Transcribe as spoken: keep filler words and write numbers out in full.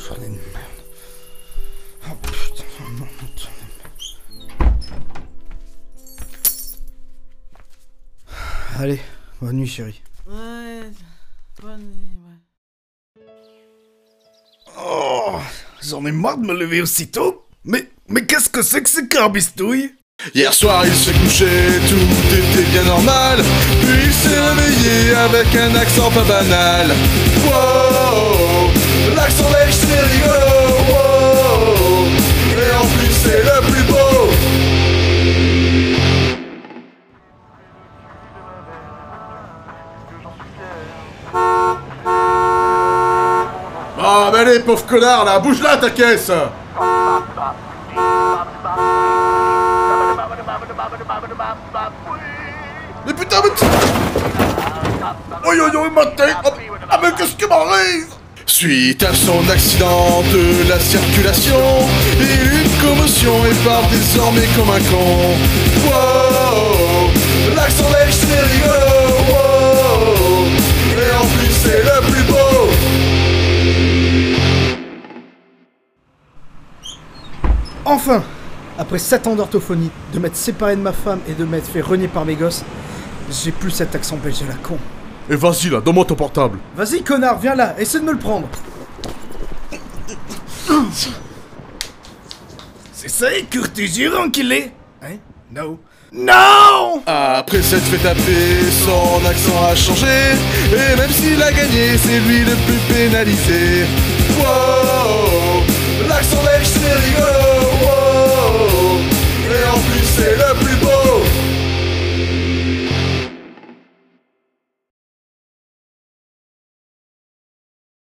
enfoiré de merde. Oh putain, non, putain. Allez, bonne nuit chérie. Ouais, bonne nuit, ouais. Oh, j'en ai marre de me lever aussitôt. Mais, mais qu'est-ce que c'est que ces carbistouilles? Hier soir il s'est couché, tout était bien normal. Puis il s'est réveillé avec un accent pas banal. Wow, l'accent belge c'est rigolo. Wow, et en plus c'est le plus beau. Ah mais allez pauvre connard là, bouge là ta caisse. Mais putain mais... Oi oi oi ma tête. Ah mais qu'est-ce qui m'arrive? Suite à son accident de la circulation, il eut une commotion et parle désormais comme un con. Wow, l'accent belge c'est rigolo. Wow, et en plus c'est le plus beau. Enfin, après sept ans d'orthophonie, de m'être séparé de ma femme et de m'être fait renier par mes gosses, j'ai plus cet accent belge à la con. Et vas-y là, donne-moi ton portable. Vas-y connard, viens là, essaie de me le prendre. C'est ça, courtiser enculé? Hein? No. Non! Après s'être fait taper, son accent a changé. Et même s'il a gagné, c'est lui le plus pénalisé. Wow, l'accent belge c'est rigolo.